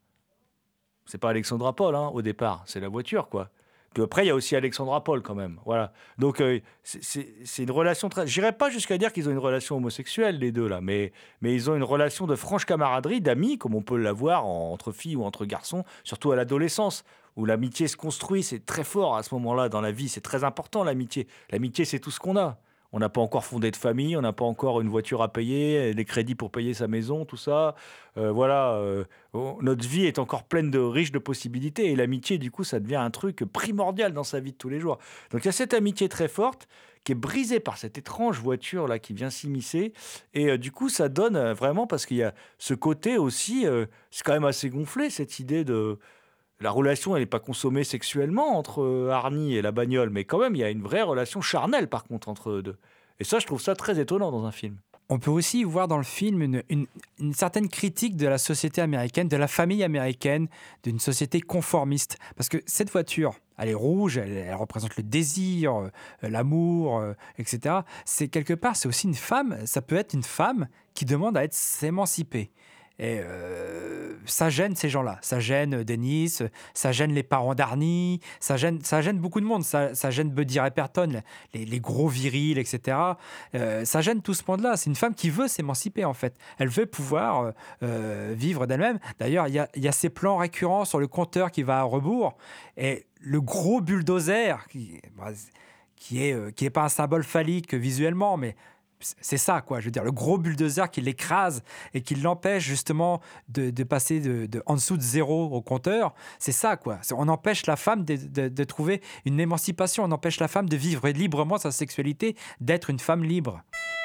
c'est pas Alexandra Paul, hein, au départ, c'est la voiture, quoi. Puis après, il y a aussi Alexandra Paul, quand même. Voilà. Donc, euh, c'est, c'est, c'est une relation très... Je n'irais pas jusqu'à dire qu'ils ont une relation homosexuelle, les deux, là, mais, mais ils ont une relation de franche camaraderie, d'amis, comme on peut l'avoir en, entre filles ou entre garçons, surtout à l'adolescence, où l'amitié se construit. C'est très fort à ce moment-là dans la vie. C'est très important, l'amitié. L'amitié, c'est tout ce qu'on a. On n'a pas encore fondé de famille, on n'a pas encore une voiture à payer, des crédits pour payer sa maison, tout ça. Euh, voilà, euh, notre vie est encore pleine de riche de possibilités. Et l'amitié, du coup, ça devient un truc primordial dans sa vie de tous les jours. Donc il y a cette amitié très forte qui est brisée par cette étrange voiture là qui vient s'immiscer. Et euh, du coup, ça donne euh, vraiment, parce qu'il y a ce côté aussi, euh, c'est quand même assez gonflé, cette idée de... La relation, elle n'est pas consommée sexuellement entre Arnie et la bagnole, mais quand même, il y a une vraie relation charnelle, par contre, entre eux deux. Et ça, je trouve ça très étonnant dans un film. On peut aussi voir dans le film une, une, une certaine critique de la société américaine, de la famille américaine, d'une société conformiste. Parce que cette voiture, elle est rouge, elle, elle représente le désir, euh, l'amour, euh, et cetera. C'est quelque part, c'est aussi une femme, ça peut être une femme qui demande à être s'émanciper. Et euh, ça gêne ces gens-là. Ça gêne Denis, ça gêne les parents d'Arnie, ça gêne, ça gêne beaucoup de monde. Ça, ça gêne Buddy Repperton, les, les gros virils, et cetera. Euh, ça gêne tout ce monde-là. C'est une femme qui veut s'émanciper, en fait. Elle veut pouvoir euh, vivre d'elle-même. D'ailleurs, il y a, y a ces plans récurrents sur le compteur qui va à rebours. Et le gros bulldozer, qui, bah, qui est, euh, qui est pas un symbole phallique visuellement, mais c'est ça, quoi. Je veux dire, le gros bulldozer qui l'écrase et qui l'empêche justement de, de passer de, de, en dessous de zéro au compteur, c'est ça, quoi. C'est, on empêche la femme de, de, de trouver une émancipation, on empêche la femme de vivre librement sa sexualité, d'être une femme libre.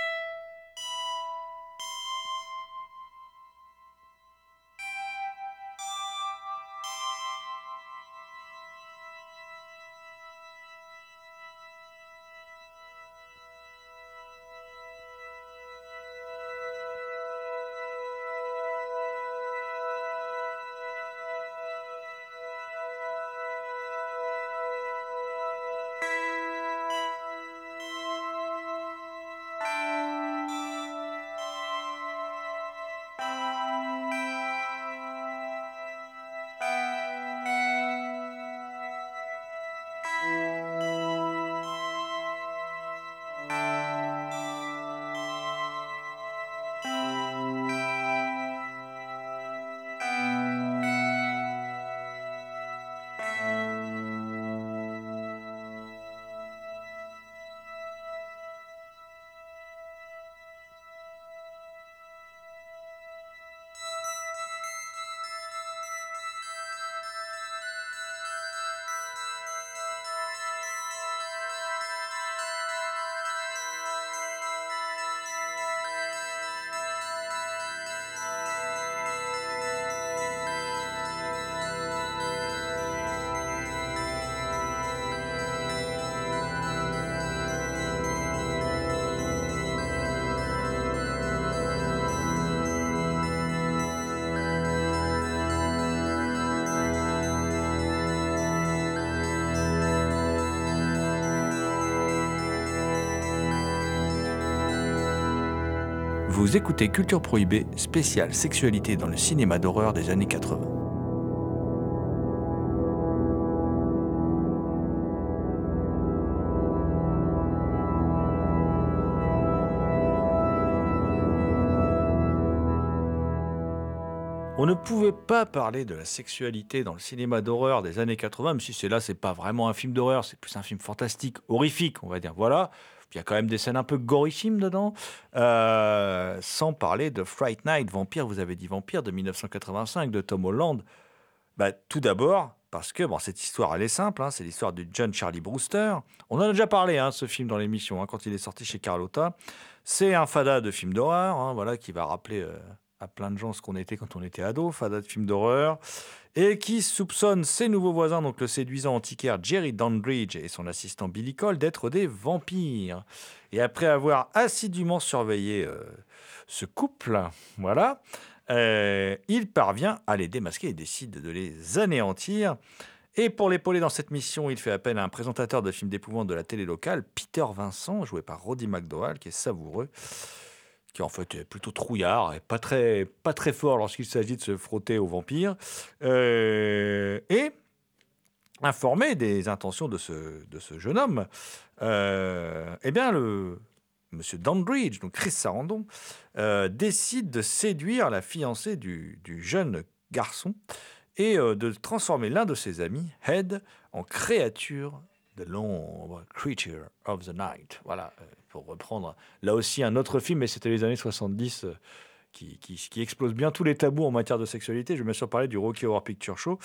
Vous écoutez Culture Prohibée, spéciale sexualité dans le cinéma d'horreur des années quatre-vingts. On ne pouvait pas parler de la sexualité dans le cinéma d'horreur des années quatre-vingts, même si c'est là, c'est pas vraiment un film d'horreur, c'est plus un film fantastique, horrifique, on va dire. Voilà. Il y a quand même des scènes un peu gorissimes dedans, euh, sans parler de Fright Night, Vampire, vous avez dit Vampire, de dix-neuf cent quatre-vingt-cinq, de Tom Holland. Bah, tout d'abord, parce que bon, cette histoire, elle est simple, hein, c'est l'histoire de John Charlie Brewster. On en a déjà parlé, hein, ce film dans l'émission, hein, quand il est sorti chez Carlotta. C'est un fada de film d'horreur, hein, voilà, qui va rappeler euh, à plein de gens ce qu'on était quand on était ado, fada de film d'horreur, et qui soupçonne ses nouveaux voisins, donc le séduisant antiquaire Jerry Dandridge et son assistant Billy Cole, d'être des vampires. Et après avoir assidûment surveillé euh, ce couple, voilà, euh, il parvient à les démasquer et décide de les anéantir. Et pour l'épauler dans cette mission, il fait appel à un présentateur de films d'épouvante de la télé locale, Peter Vincent, joué par Roddy McDowall, qui est savoureux, qui en fait est plutôt trouillard et pas très, pas très fort lorsqu'il s'agit de se frotter aux vampires, euh, et informé des intentions de ce, de ce jeune homme, euh, eh bien le monsieur Dandridge, donc Chris Sarandon, euh, décide de séduire la fiancée du, du jeune garçon et euh, de transformer l'un de ses amis, Head, en créature de l'ombre, Creature of the Night. Voilà, euh, pour reprendre là aussi un autre film, mais c'était les années soixante-dix, euh, qui, qui, qui explose bien tous les tabous en matière de sexualité. Je vais bien sûr parler du Rocky Horror Picture Show.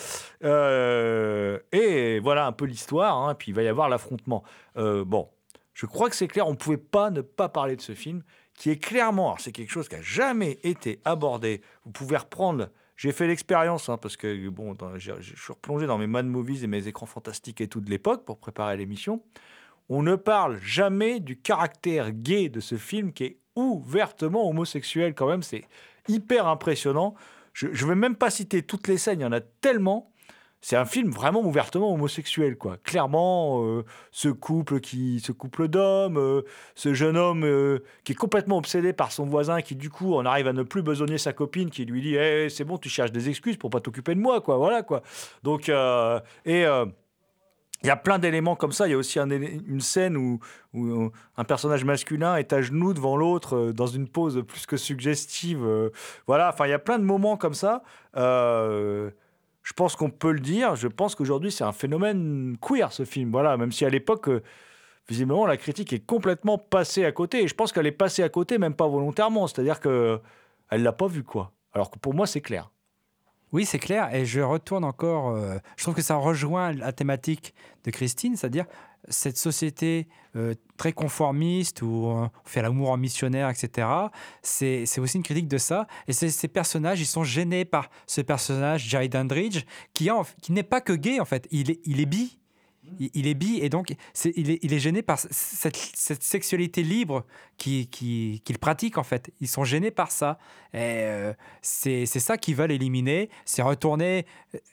Euh, et voilà un peu l'histoire, hein, puis il va y avoir l'affrontement. Euh, bon, je crois que c'est clair, on ne pouvait pas ne pas parler de ce film, qui est clairement, alors c'est quelque chose qui n'a jamais été abordé. Vous pouvez reprendre... J'ai fait l'expérience, hein, parce que bon, dans, je suis replongé dans mes Mad Movies et mes écrans fantastiques et tout de l'époque pour préparer l'émission. On ne parle jamais du caractère gay de ce film qui est ouvertement homosexuel quand même. C'est hyper impressionnant. Je ne vais même pas citer toutes les scènes, il y en a tellement. c'est un film vraiment ouvertement homosexuel, quoi. Clairement, euh, ce couple qui, ce couple d'hommes, euh, ce jeune homme euh, qui est complètement obsédé par son voisin, qui du coup en arrive à ne plus besogner sa copine, qui lui dit hey, c'est bon, tu cherches des excuses pour pas t'occuper de moi, quoi. Voilà, quoi. Donc euh, et euh, il y a plein d'éléments comme ça. Il y a aussi un, une scène où, où un personnage masculin est à genoux devant l'autre euh, dans une pose plus que suggestive. Euh, voilà, enfin, il y a plein de moments comme ça. Euh, je pense qu'on peut le dire. Je pense qu'aujourd'hui, c'est un phénomène queer, ce film. Voilà, même si à l'époque, euh, visiblement, la critique est complètement passée à côté. Et je pense qu'elle est passée à côté, même pas volontairement. C'est-à-dire qu'elle ne l'a pas vu, quoi. Alors que pour moi, c'est clair. Oui, c'est clair. Et je retourne encore. Euh, je trouve que ça rejoint la thématique de Christine, c'est-à-dire cette société euh, très conformiste où on fait l'amour en missionnaire, et cetera. C'est, c'est aussi une critique de ça. Et c'est, ces personnages, ils sont gênés par ce personnage, Jerry Dandridge, qui, en, qui n'est pas que gay, en fait. Il est, il est bi. Il, il est bi et donc c'est, il, est, il est gêné par cette, cette sexualité libre qu'il, qu'il, qu'il pratique en fait. Ils sont gênés par ça. Et euh, c'est, c'est ça qu'ils veulent éliminer. C'est retourner...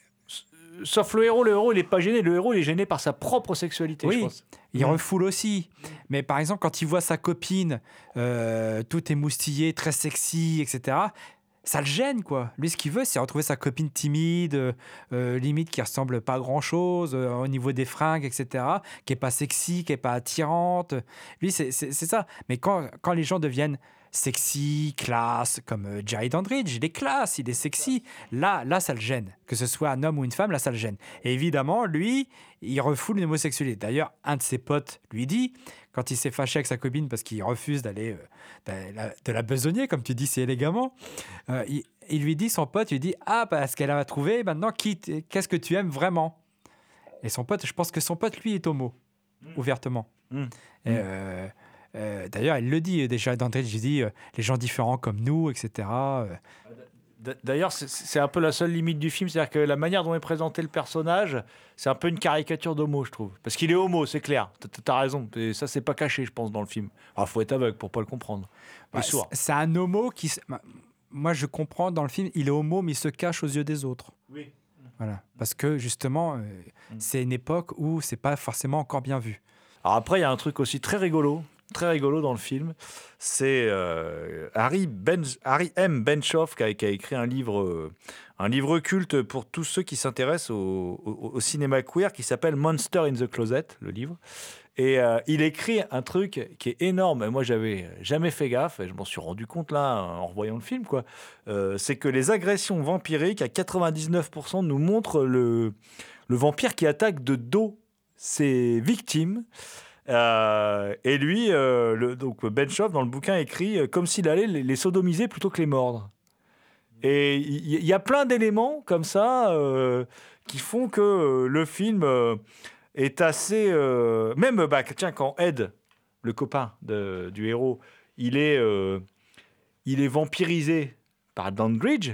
Sauf le héros, le héros il n'est pas gêné. Le héros il est gêné par sa propre sexualité, oui, je pense. Il mmh. refoule aussi. Mais par exemple, quand il voit sa copine euh, tout émoustillée, très sexy, et cetera, ça le gêne, quoi. Lui, ce qu'il veut, c'est retrouver sa copine timide, euh, limite qui ressemble pas à grand-chose euh, au niveau des fringues, et cetera, qui est pas sexy, qui est pas attirante. Lui, c'est, c'est, c'est ça. Mais quand, quand les gens deviennent sexy, classe, comme euh, Jerry Dandridge, il est classe, il est sexy. Là, là, ça le gêne. Que ce soit un homme ou une femme, là, ça le gêne. Et évidemment, lui, il refoule l'homosexualité. D'ailleurs, un de ses potes lui dit, quand il s'est fâché avec sa copine parce qu'il refuse d'aller, euh, d'aller la, de la besogner, comme tu dis, c'est élégamment, euh, il, il lui dit, son pote, il lui dit « Ah, parce qu'elle a trouvé, maintenant, qui t- qu'est-ce que tu aimes vraiment ?» Et son pote, je pense que son pote, lui, est homo, mmh. ouvertement. Mmh. Et, euh, Euh, d'ailleurs, il le dit déjà d'entrée, il dit euh, les gens différents comme nous, et cetera. D'ailleurs, c'est, c'est un peu la seule limite du film, c'est-à-dire que la manière dont est présenté le personnage, c'est un peu une caricature d'homo, je trouve. Parce qu'il est homo, c'est clair. T'as raison. Et ça, c'est pas caché, je pense, dans le film. Il faut être aveugle pour pas le comprendre. Ouais, c'est, c'est un homo qui, moi, je comprends dans le film, il est homo, mais il se cache aux yeux des autres. Oui. Voilà, parce que justement, euh, mm. c'est une époque où c'est pas forcément encore bien vu. Alors après, il y a un truc aussi très rigolo. Très rigolo dans le film, c'est euh, Harry, ben, Harry M. Benchoff qui a, qui a écrit un livre, euh, un livre culte pour tous ceux qui s'intéressent au, au, au cinéma queer qui s'appelle Monster in the Closet, le livre. Et euh, il écrit un truc qui est énorme. Et moi, j'avais jamais fait gaffe et je m'en suis rendu compte là en revoyant le film, quoi. Euh, c'est que les agressions vampiriques, à quatre-vingt-dix-neuf pour cent, nous montrent le, le vampire qui attaque de dos ses victimes. Euh, et lui, euh, le, donc Benchoff, dans le bouquin, écrit euh, comme s'il allait les, les sodomiser plutôt que les mordre. Et il y, y a plein d'éléments comme ça euh, qui font que euh, le film euh, est assez... Euh, même, bah, tiens, quand Ed, le copain de, du héros, il est, euh, il est vampirisé par Dandridge,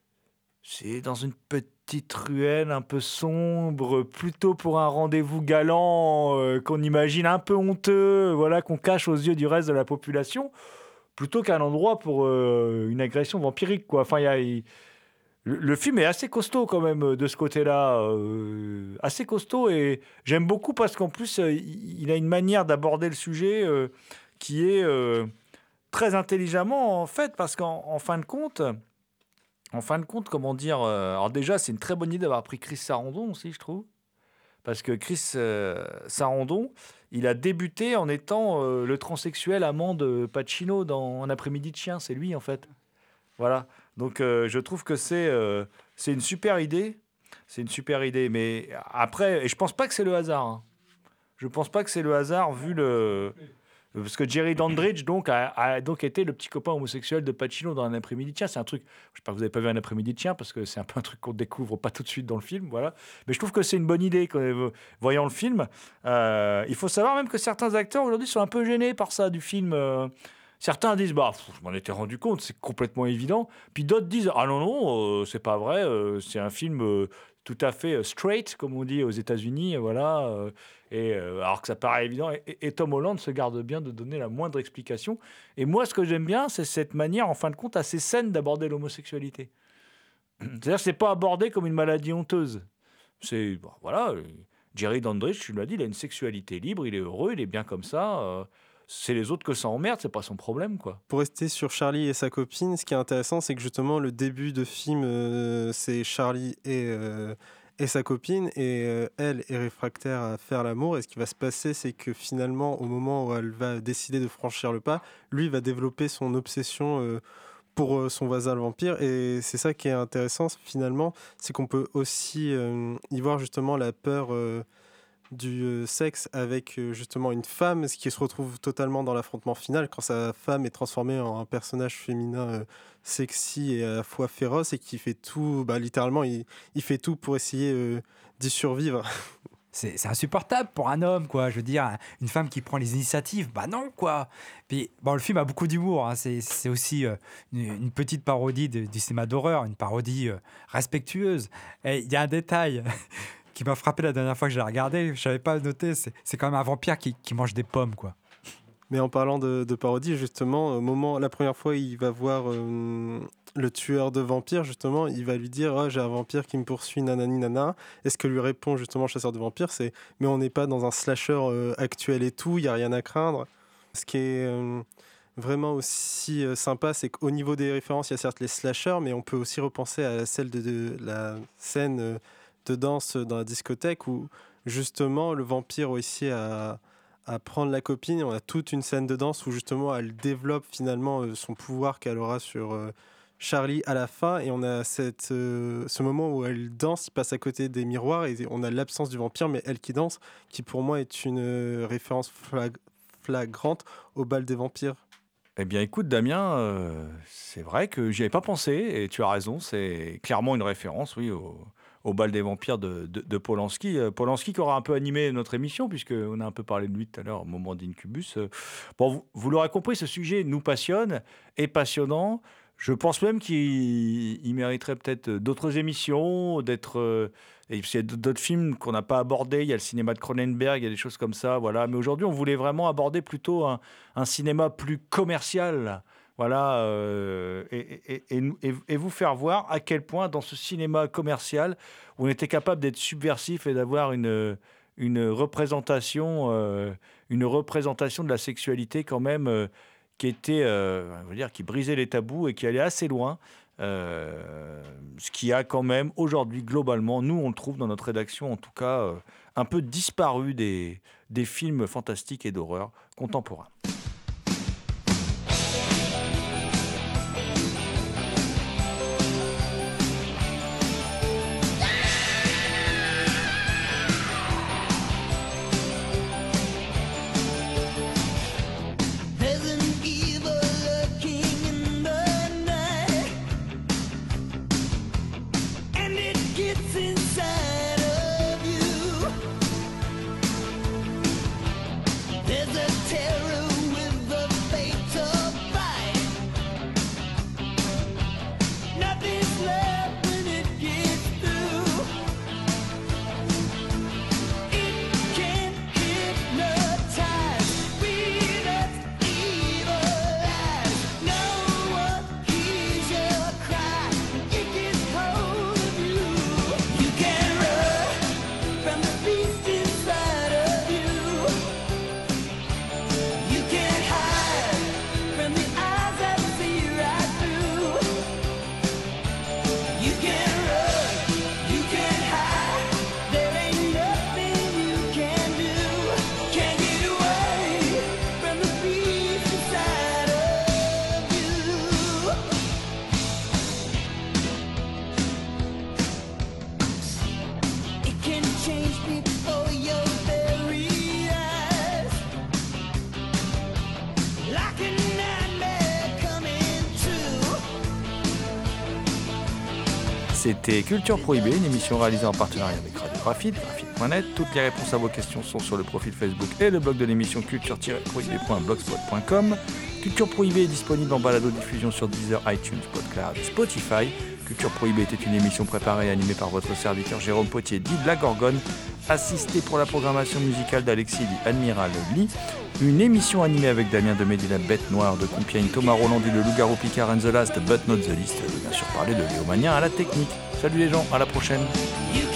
c'est dans une petite... petite ruelle un peu sombre, plutôt pour un rendez-vous galant euh, qu'on imagine un peu honteux, voilà, qu'on cache aux yeux du reste de la population, plutôt qu'un endroit pour euh, une agression vampirique, quoi. Enfin, y a, y... Le, le film est assez costaud quand même de ce côté-là, euh, assez costaud, et j'aime beaucoup parce qu'en plus euh, il a une manière d'aborder le sujet euh, qui est euh, très intelligemment en fait, parce qu'en en fin de compte. En fin de compte, comment dire... Euh, alors déjà, c'est une très bonne idée d'avoir pris Chris Sarandon aussi, je trouve. Parce que Chris euh, Sarandon, il a débuté en étant euh, le transsexuel amant de Pacino dans Un après-midi de chien. C'est lui, en fait. Voilà. Donc, euh, je trouve que c'est, euh, c'est une super idée. C'est une super idée. Mais après... Et je pense pas que c'est le hasard. Hein. Je pense pas que c'est le hasard, vu le... Parce que Jerry Dandridge donc, a, a donc été le petit copain homosexuel de Pacino dans Un après-midi de chien. C'est un truc, je sais pas, vous n'avez pas vu Un après-midi de chien parce que c'est un peu un truc qu'on découvre pas tout de suite dans le film, voilà. Mais je trouve que c'est une bonne idée, voyant le film. Euh, il faut savoir même que certains acteurs aujourd'hui sont un peu gênés par ça du film. Euh, certains disent, bah, pff, je m'en étais rendu compte, c'est complètement évident. Puis d'autres disent, ah non non, euh, c'est pas vrai, euh, c'est un film euh, tout à fait euh, straight, comme on dit aux États-Unis, voilà. Euh, Et euh, alors que ça paraît évident, et, et Tom Holland se garde bien de donner la moindre explication. Et moi, ce que j'aime bien, c'est cette manière, en fin de compte, assez saine d'aborder l'homosexualité. C'est-à-dire que c'est pas abordé comme une maladie honteuse. C'est, bon, voilà, Jerry Dandridge, tu l'as dit, il a une sexualité libre, il est heureux, il est bien comme ça. euh, c'est les autres que ça emmerde, c'est pas son problème, quoi. Pour rester sur Charlie et sa copine, ce qui est intéressant, c'est que justement, le début de film, euh, c'est Charlie et, euh, et sa copine, et euh, elle est réfractaire à faire l'amour. Et ce qui va se passer, c'est que finalement, au moment où elle va décider de franchir le pas, lui va développer son obsession euh, pour euh, son voisin le vampire. Et c'est ça qui est intéressant, finalement, c'est qu'on peut aussi euh, y voir justement la peur euh, du euh, sexe avec euh, justement une femme, ce qui se retrouve totalement dans l'affrontement final quand sa femme est transformée en un personnage féminin euh, sexy et à la fois féroce et qui fait tout, bah, littéralement, il, il fait tout pour essayer euh, d'y survivre. C'est, c'est insupportable pour un homme, quoi. Je veux dire, une femme qui prend les initiatives, bah non, quoi. Puis, bon, le film a beaucoup d'humour. Hein. C'est, c'est aussi euh, une, une petite parodie de, du cinéma d'horreur, une parodie euh, respectueuse. Et il y a un détail qui m'a frappé la dernière fois que j'ai regardé. Je savais pas noter. C'est, c'est quand même un vampire qui, qui mange des pommes, quoi. Mais en parlant de, de parodie, justement, au moment, la première fois, il va voir euh, le tueur de vampires, justement, il va lui dire oh, « j'ai un vampire qui me poursuit, nanani, nana ». Et ce que lui répond justement le chasseur de vampires, c'est « mais on n'est pas dans un slasher euh, actuel et tout, il n'y a rien à craindre ». Ce qui est euh, vraiment aussi euh, sympa, c'est qu'au niveau des références, il y a certes les slashers, mais on peut aussi repenser à celle de, de la scène euh, de danse dans la discothèque où justement le vampire réussit à... à prendre la copine. On a toute une scène de danse où justement elle développe finalement euh, son pouvoir qu'elle aura sur euh, Charlie à la fin, et on a cette, euh, ce moment où elle danse, il passe à côté des miroirs et on a l'absence du vampire mais elle qui danse, qui pour moi est une euh, référence flag- flagrante au bal des vampires. Eh bien, écoute, Damien, euh, c'est vrai que j'y avais pas pensé, et tu as raison, c'est clairement une référence, oui, au, au bal des vampires de, de, de Polanski. Euh, Polanski qui aura un peu animé notre émission, puisqu'on a un peu parlé de lui tout à l'heure au moment d'Incubus. Euh, bon, vous, vous l'aurez compris, ce sujet nous passionne, est passionnant. Je pense même qu'il il mériterait peut-être d'autres émissions, d'être... Euh, et il y a d'autres films qu'on n'a pas abordés. Il y a le cinéma de Cronenberg, il y a des choses comme ça. Voilà. Mais aujourd'hui, on voulait vraiment aborder plutôt un, un cinéma plus commercial. Voilà, euh, et, et, et, et, et vous faire voir à quel point, dans ce cinéma commercial, on était capable d'être subversif et d'avoir une, une, représentation, euh, une représentation de la sexualité quand même... Euh, qui était, euh, on va dire, qui brisait les tabous et qui allait assez loin. Euh, ce qui a quand même aujourd'hui, globalement, nous on le trouve dans notre rédaction, en tout cas, euh, un peu disparu des, des films fantastiques et d'horreur contemporains. C'était Culture Prohibée, une émission réalisée en partenariat avec Radio Graphite, graphite point net. Toutes les réponses à vos questions sont sur le profil Facebook et le blog de l'émission culture tiret prohibée point blogspot point com. Culture Prohibée est disponible en balado-diffusion sur Deezer, iTunes, Podcast et Spotify. Culture Prohibée était une émission préparée et animée par votre serviteur Jérôme Potier, dit La Gorgone, assisté pour la programmation musicale d'Alexis dit Admiral Lee. Une émission animée avec Damien Demédy, la bête noire de Compiègne, Thomas Rolandi, le loup-garou Picard and the Last, but not the least, bien sûr parler de Léo Magnien à la technique. Salut les gens, à la prochaine.